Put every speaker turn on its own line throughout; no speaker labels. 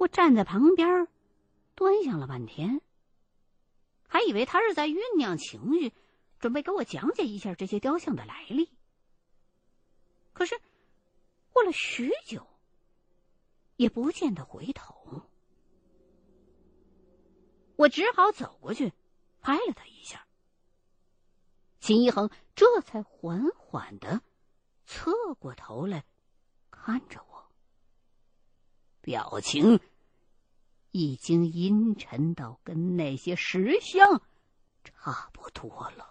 我站在旁边端详了半天，还以为他是在酝酿情绪，准备给我讲解一下这些雕像的来历。可是过了许久也不见得回头，我只好走过去拍了他一下。秦一恒这才缓缓地侧过头来看着我，表情已经阴沉到跟那些石像差不多了。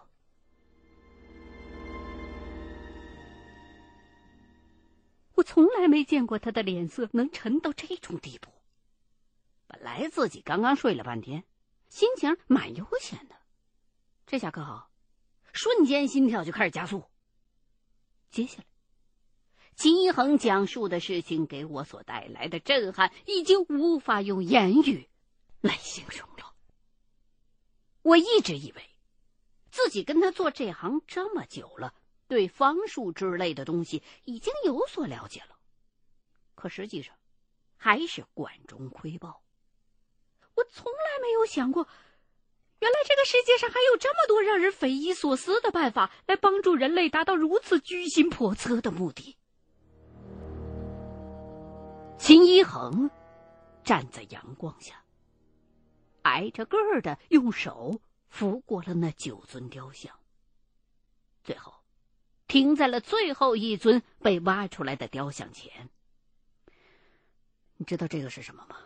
我从来没见过他的脸色能沉到这种地步。本来自己刚刚睡了半天，心情蛮悠闲的，这下可好，瞬间心跳就开始加速。接下来秦一恒讲述的事情给我所带来的震撼已经无法用言语来形容了。我一直以为自己跟他做这行这么久了，对方术之类的东西已经有所了解了，可实际上还是管中窥豹。我从来没有想过，原来这个世界上还有这么多让人匪夷所思的办法来帮助人类达到如此居心叵测的目的。秦一恒站在阳光下，挨着个儿的用手拂过了那9尊雕像，最后停在了最后一尊被挖出来的雕像前。你知道这个是什么吗？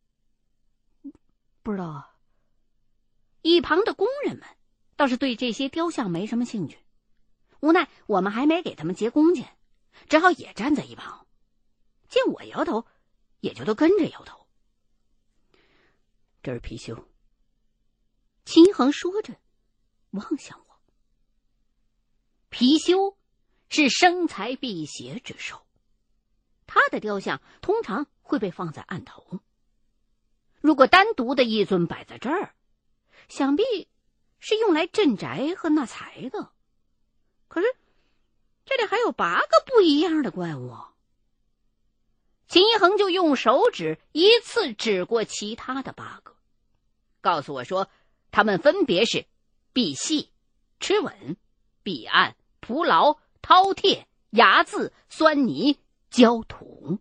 不知道啊。一旁的工人们倒是对这些雕像没什么兴趣，无奈我们还没给他们结工钱，只好也站在一旁，见我摇头也就都跟着摇头。这是貔貅。秦一恒说着望向我。貔貅是生财辟邪之兽，它的雕像通常会被放在案头，如果单独的一尊摆在这儿，想必是用来镇宅和纳财的。可是这里还有8个不一样的怪物。秦一恒就用手指一次指过其他的8个，告诉我说他们分别是赑屃、螭吻、赑案、蒲牢、饕餮、牙眦、酸泥、焦土。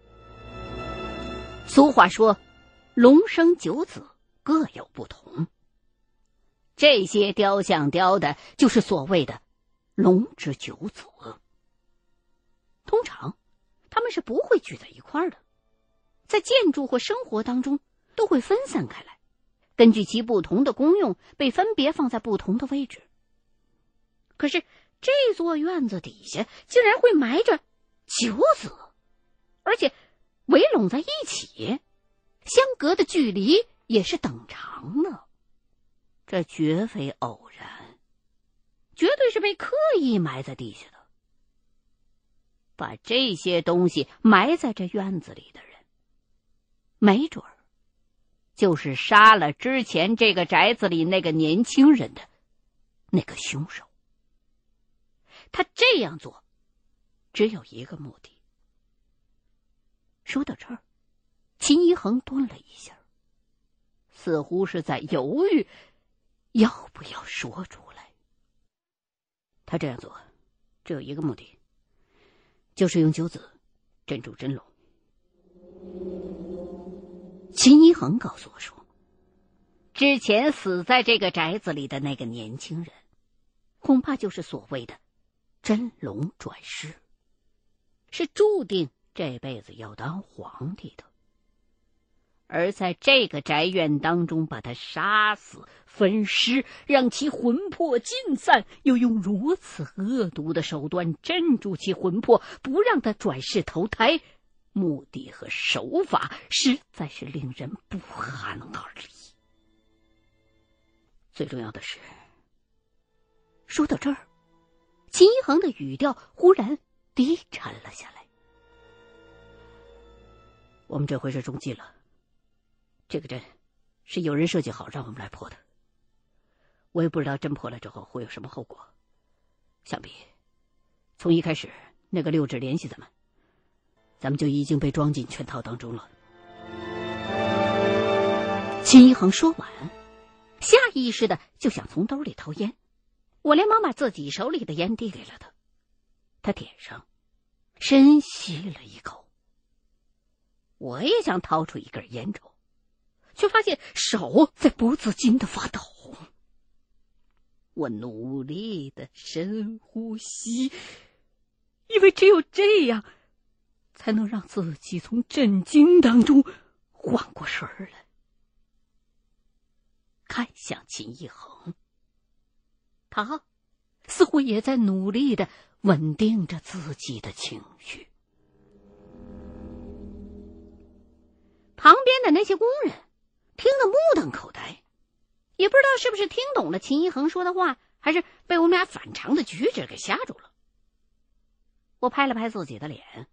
俗话说龙生9子，各有不同，这些雕像雕的就是所谓的龙之9子。通常他们是不会聚在一块儿的，在建筑或生活当中都会分散开来，根据其不同的功用被分别放在不同的位置。可是这座院子底下竟然会埋着9子，而且围拢在一起，相隔的距离也是等长的。这绝非偶然，绝对是被刻意埋在地下的。把这些东西埋在这院子里的人，没准儿就是杀了之前这个宅子里那个年轻人的那个凶手。他这样做只有一个目的。说到这儿，秦一恒顿了一下，似乎是在犹豫要不要说出来。他这样做只有一个目的，就是用9子镇住真龙。秦一恒告诉我说，之前死在这个宅子里的那个年轻人，恐怕就是所谓的真龙转世，是注定这辈子要当皇帝的。而在这个宅院当中把他杀死分尸，让其魂魄尽散，又用如此恶毒的手段镇住其魂魄，不让他转世投胎，目的和手法实在是令人不寒而栗。最重要的是，说到这儿，秦一恒的语调忽然低沉了下来。我们这回是中计了，这个阵是有人设计好让我们来破的，我也不知道真破了之后会有什么后果。想必从一开始那个6指联系咱们就已经被装进圈套当中了。 秦一恒说完，下意识的就想从兜里掏烟，我连忙把自己手里的烟递给了他，他点上，深吸了一口。我也想掏出一根烟抽，却发现手在不自禁的发抖。我努力的深呼吸，因为只有这样才能让自己从震惊当中缓过神儿来。看向秦一恒，他似乎也在努力的稳定着自己的情绪。旁边的那些工人听得目瞪口呆，也不知道是不是听懂了秦一恒说的话，还是被我们俩反常的举止给吓住了。我拍了拍自己的脸，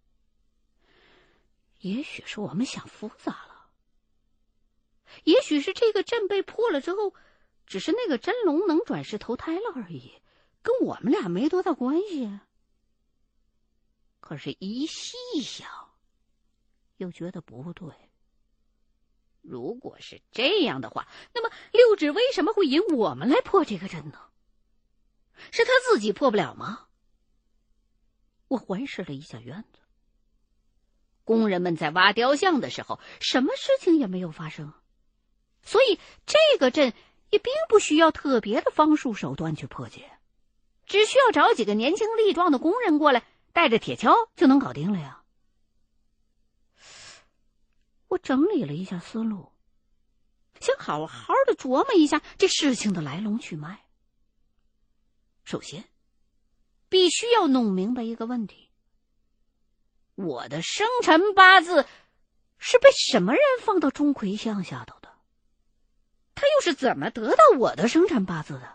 也许是我们想复杂了，也许是这个阵被破了之后，只是那个真龙能转世投胎了而已，跟我们俩没多大关系。可是一细想，又觉得不对。如果是这样的话，那么六指为什么会引我们来破这个阵呢？是他自己破不了吗？我环视了一下院子，工人们在挖雕像的时候，什么事情也没有发生，所以这个阵也并不需要特别的方术手段去破解，只需要找几个年轻力壮的工人过来，带着铁锹就能搞定了呀。我整理了一下思路，想好好的琢磨一下这事情的来龙去脉。首先，必须要弄明白一个问题：我的生辰八字是被什么人放到钟馗像下头的？他又是怎么得到我的生辰八字的？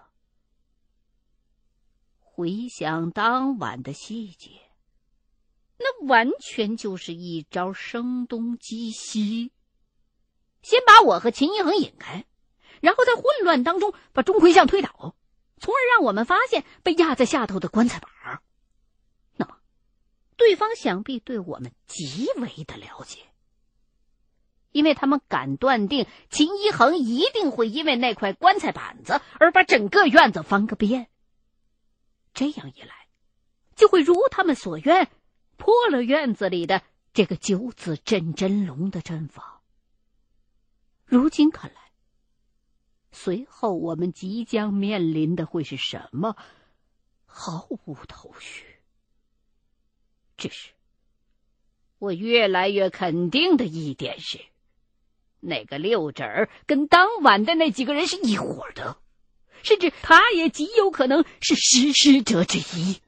回想当晚的细节，那完全就是一招声东击西，先把我和秦一恒引开，然后在混乱当中把钟馗像推倒，从而让我们发现被压在下头的棺材板。那么对方想必对我们极为的了解，因为他们敢断定秦一恒一定会因为那块棺材板子而把整个院子翻个遍。这样一来，就会如他们所愿，破了院子里的这个9字镇真龙的阵法。如今看来，随后我们即将面临的会是什么，毫无头绪。只是我越来越肯定的一点是，那个六指儿跟当晚的那几个人是一伙的，甚至他也极有可能是实施者之一。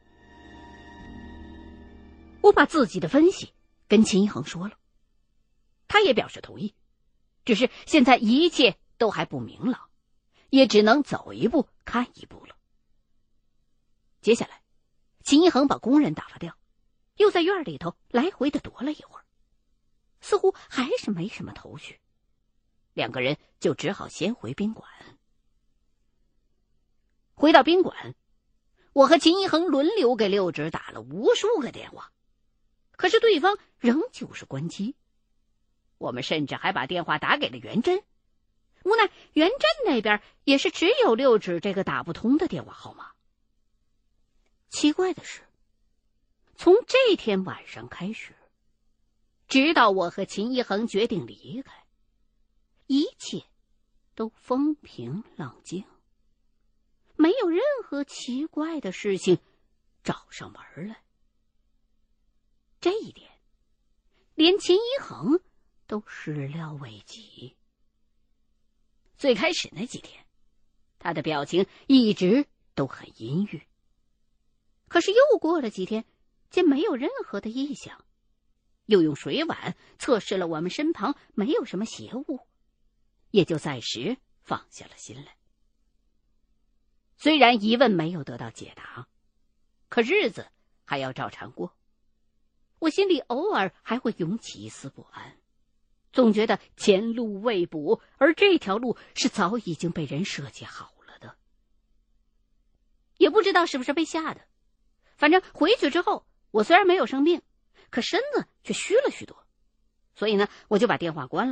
我把自己的分析跟秦一恒说了，他也表示同意，只是现在一切都还不明朗，也只能走一步看一步了。接下来，秦一恒把工人打发掉，又在院里头来回的踱了一会儿，似乎还是没什么头绪。两个人就只好先回宾馆。回到宾馆，我和秦一恒轮流给六指打了无数个电话，可是对方仍旧是关机。我们甚至还把电话打给了元真，无奈元真那边也是只有六指这个打不通的电话号码。奇怪的是，从这天晚上开始，直到我和秦一恒决定离开，一切都风平浪静，没有任何奇怪的事情找上门来。这一点，连秦一恒都始料未及。最开始那几天，他的表情一直都很阴郁。可是又过了几天，见没有任何的异象，又用水碗测试了我们身旁没有什么邪物，也就暂时放下了心来。虽然疑问没有得到解答，可日子还要照常过。我心里偶尔还会涌起一丝不安，总觉得前路未卜，而这条路是早已经被人设计好了的。也不知道是不是被吓的，反正回去之后，我虽然没有生病，可身子却虚了许多。所以呢，我就把电话关了，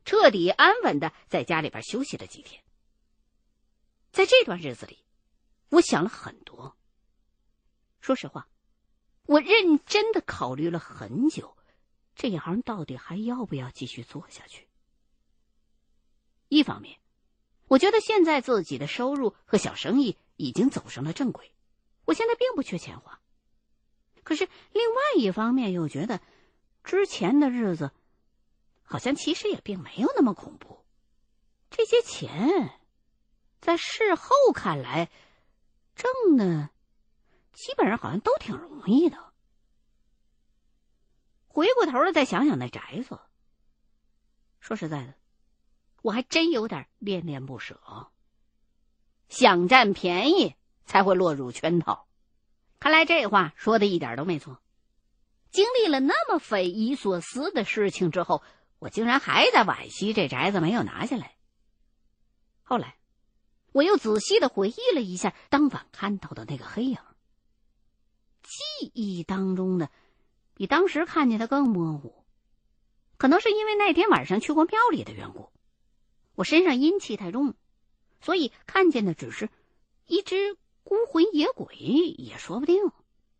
彻底安稳的在家里边休息了几天。在这段日子里，我想了很多。说实话，我认真的考虑了很久，这一行到底还要不要继续做下去。一方面，我觉得现在自己的收入和小生意已经走上了正轨，我现在并不缺钱花。可是另外一方面又觉得之前的日子好像其实也并没有那么恐怖，这些钱在事后看来挣的基本上好像都挺容易的。回过头来再想想那宅子，说实在的，我还真有点恋恋不舍。想占便宜才会落入圈套，看来这话说的一点都没错。经历了那么匪夷所思的事情之后，我竟然还在惋惜这宅子没有拿下来。后来我又仔细的回忆了一下当晚看到的那个黑影，记忆当中的比当时看见的更模糊，可能是因为那天晚上去过庙里的缘故，我身上阴气太重，所以看见的只是一只孤魂野鬼也说不定。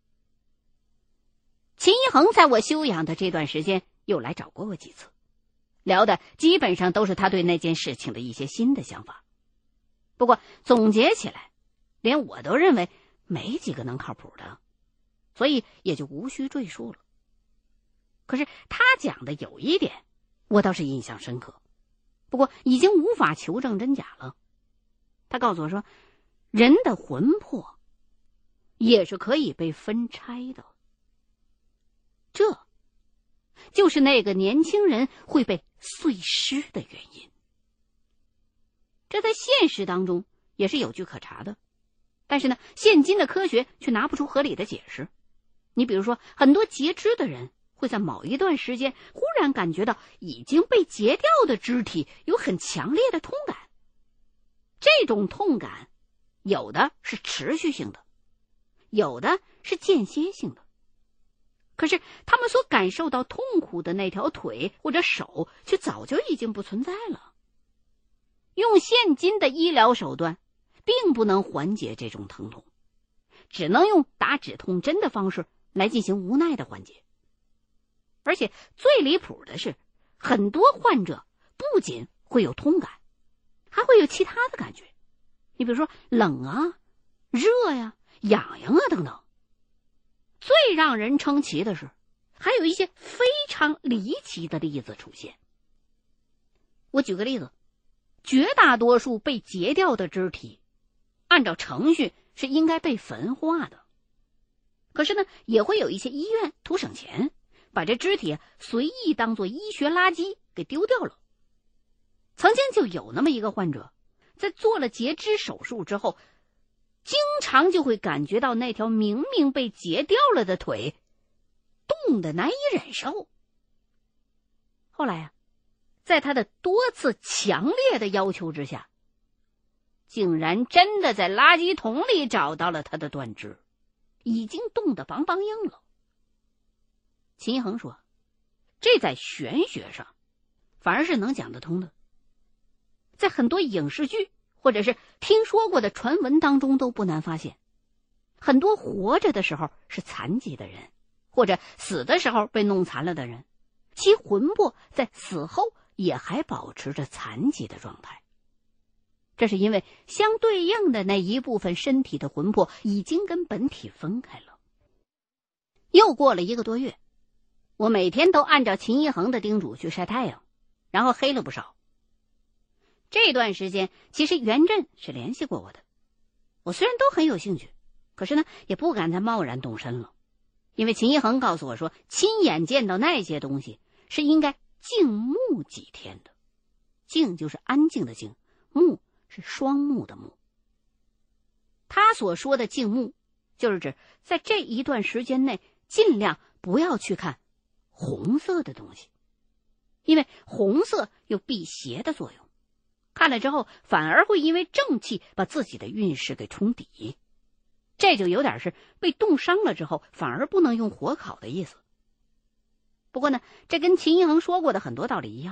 秦一恒在我休养的这段时间又来找过我几次，聊的基本上都是他对那件事情的一些新的想法。不过总结起来，连我都认为没几个能靠谱的，所以也就无需赘述了。可是他讲的有一点我倒是印象深刻，不过已经无法求证真假了。他告诉我说，人的魂魄也是可以被分拆的，这就是那个年轻人会被碎尸的原因。这在现实当中也是有据可查的，但是呢，现今的科学却拿不出合理的解释。你比如说，很多截肢的人会在某一段时间忽然感觉到已经被截掉的肢体有很强烈的痛感，这种痛感有的是持续性的，有的是间歇性的。可是他们所感受到痛苦的那条腿或者手却早就已经不存在了。用现今的医疗手段并不能缓解这种疼痛，只能用打止痛针的方式来进行无奈的缓解。而且最离谱的是，很多患者不仅会有痛感，还会有其他的感觉，你比如说冷啊、热呀、痒痒啊等等。最让人称奇的是，还有一些非常离奇的例子出现。我举个例子，绝大多数被截掉的肢体按照程序是应该被焚化的，可是呢，也会有一些医院图省钱，把这肢体随意当作医学垃圾给丢掉了。曾经就有那么一个患者，在做了截肢手术之后，经常就会感觉到那条明明被截掉了的腿冻得难以忍受。后来啊，在他的多次强烈的要求之下，竟然真的在垃圾桶里找到了他的断肢，已经冻得梆梆硬了。秦一恒说，这在玄学上反而是能讲得通的，在很多影视剧或者是听说过的传闻当中都不难发现，很多活着的时候是残疾的人，或者死的时候被弄残了的人，其魂魄在死后也还保持着残疾的状态。这是因为相对应的那一部分身体的魂魄已经跟本体分开了。又过了1个多月，我每天都按照秦一恒的叮嘱去晒太阳，然后黑了不少。这段时间其实袁振是联系过我的，我虽然都很有兴趣，可是呢也不敢再贸然动身了，因为秦一恒告诉我说，亲眼见到那些东西是应该静穆几天的。静就是安静的静，穆是双目的目。他所说的静穆，就是指在这一段时间内尽量不要去看红色的东西，因为红色有辟邪的作用，看了之后反而会因为正气把自己的运势给冲抵，这就有点是被冻伤了之后反而不能用火烤的意思。不过呢，这跟秦一恒说过的很多道理一样，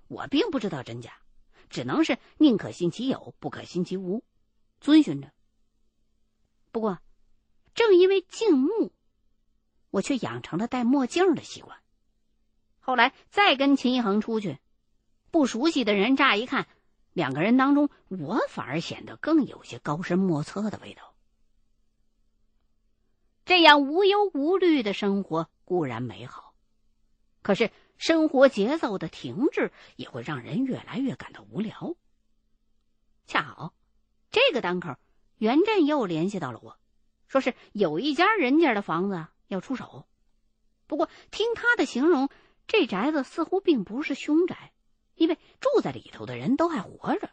我并不知道真假，只能是宁可信其有，不可信其无，遵循着。不过正因为敬慕，我却养成了戴墨镜的习惯。后来再跟秦一恒出去，不熟悉的人乍一看，两个人当中我反而显得更有些高深莫测的味道。这样无忧无虑的生活固然美好，可是生活节奏的停滞也会让人越来越感到无聊。恰好这个当口，袁振又联系到了我，说是有一家人家的房子要出手。不过听他的形容，这宅子似乎并不是凶宅，因为住在里头的人都还活着。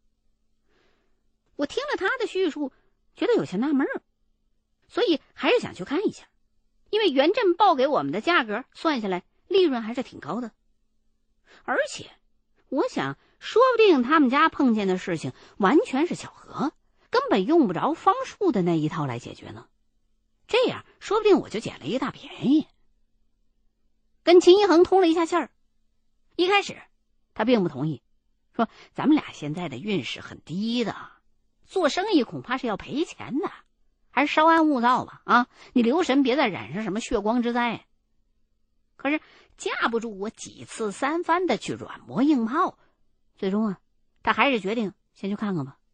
我听了他的叙述，觉得有些纳闷儿，所以还是想去看一下。因为袁振报给我们的价格算下来利润还是挺高的，而且我想说不定他们家碰见的事情完全是巧合，根本用不着方术的那一套来解决呢。这样说不定我就捡了一大便宜。跟秦一恒通了一下气儿，一开始他并不同意，说咱们俩现在的运势很低的，做生意恐怕是要赔钱的，还是稍安勿躁吧啊！你留神别再染上什么血光之灾。可是架不住我几次三番的去软磨硬泡，最终他还是决定先去看看吧。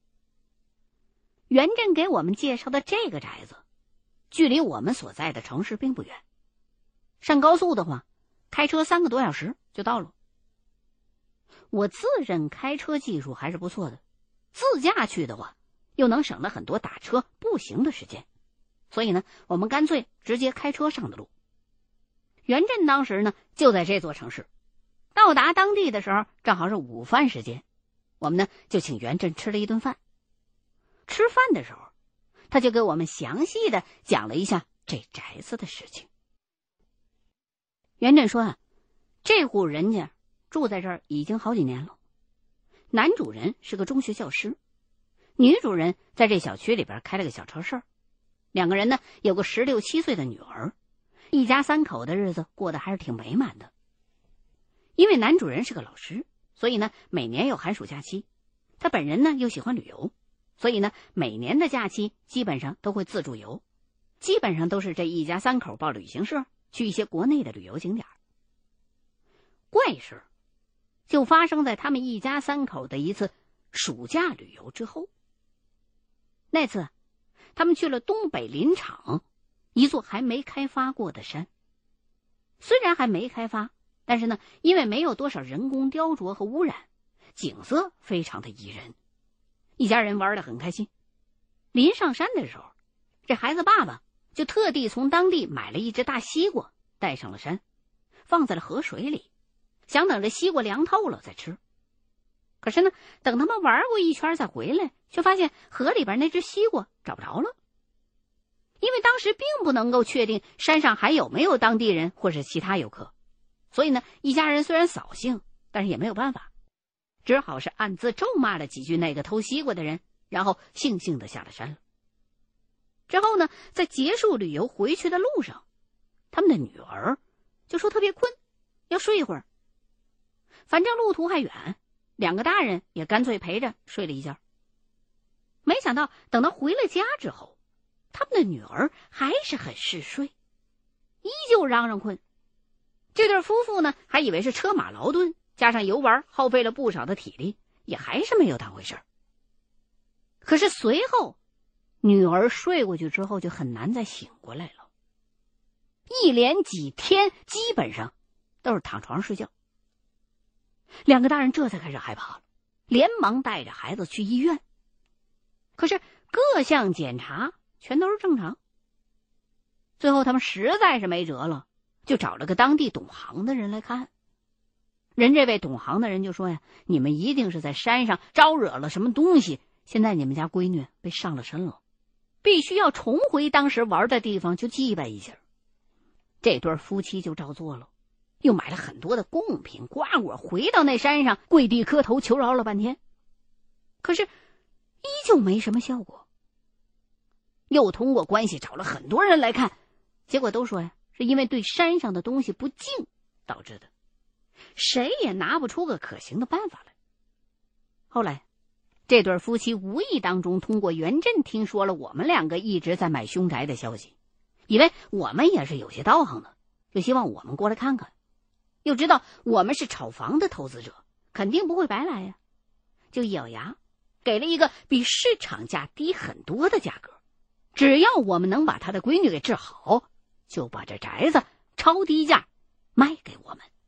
袁振给我们介绍的这个宅子，距离我们所在的城市并不远，上高速的话，开车3个多小时就到了。我自认开车技术还是不错的，自驾去的话，又能省了很多打车步行的时间，所以呢，我们干脆直接开车上的路。袁振当时呢就在这座城市，到达当地的时候正好是午饭时间，我们呢就请袁振吃了一顿饭。吃饭的时候，他就给我们详细的讲了一下这宅子的事情。袁振说这户人家住在这儿已经好几年了，男主人是个中学教师，女主人在这小区里边开了个小超市，两个人呢有个16、17岁的女儿，一家3口的日子过得还是挺美满的。因为男主人是个老师，所以呢每年有寒暑假期，他本人呢又喜欢旅游，所以呢每年的假期基本上都会自助游，基本上都是这一家3口报旅行社去一些国内的旅游景点。怪事就发生在他们一家3口的一次暑假旅游之后。那次他们去了东北林场，一座还没开发过的山。虽然还没开发，但是呢因为没有多少人工雕琢和污染，景色非常的宜人，一家人玩得很开心。临上山的时候，这孩子爸爸就特地从当地买了一只大西瓜带上了山，放在了河水里，想等这西瓜凉透了再吃。可是呢等他们玩过一圈再回来，却发现河里边那只西瓜找不着了。因为当时并不能够确定山上还有没有当地人或是其他游客，所以呢一家人虽然扫兴，但是也没有办法，只好是暗自咒骂了几句那个偷西瓜的人，然后悻悻地下了山了。之后呢在结束旅游回去的路上，他们的女儿就说特别困，要睡一会儿。反正路途还远，两个大人也干脆陪着睡了一觉。没想到等到回了家之后，他们的女儿还是很嗜睡，依旧嚷嚷困。这对夫妇呢还以为是车马劳顿加上游玩耗费了不少的体力，也还是没有当回事。可是随后女儿睡过去之后就很难再醒过来了，一连几天基本上都是躺床上睡觉。两个大人这才开始害怕了，连忙带着孩子去医院。可是各项检查全都是正常。最后他们实在是没辙了，就找了个当地懂行的人来看。人这位懂行的人就说你们一定是在山上招惹了什么东西，现在你们家闺女被上了身了，必须要重回当时玩的地方去祭拜一下。这对夫妻就照做了，又买了很多的贡品瓜果，回到那山上跪地磕头求饶了半天，可是依旧没什么效果。又通过关系找了很多人来看，结果都说是因为对山上的东西不敬导致的。 谁也拿不出个可行的办法来。后来这对夫妻无意当中通过袁振听说了我们两个一直在买凶宅的消息，以为我们也是有些道行的，就希望我们过来看看。又知道我们是炒房的投资者，肯定不会白来呀，就一咬牙给了一个比市场价低很多的价格，只要我们能把他的闺女给治好，就把这宅子超低价卖给我们。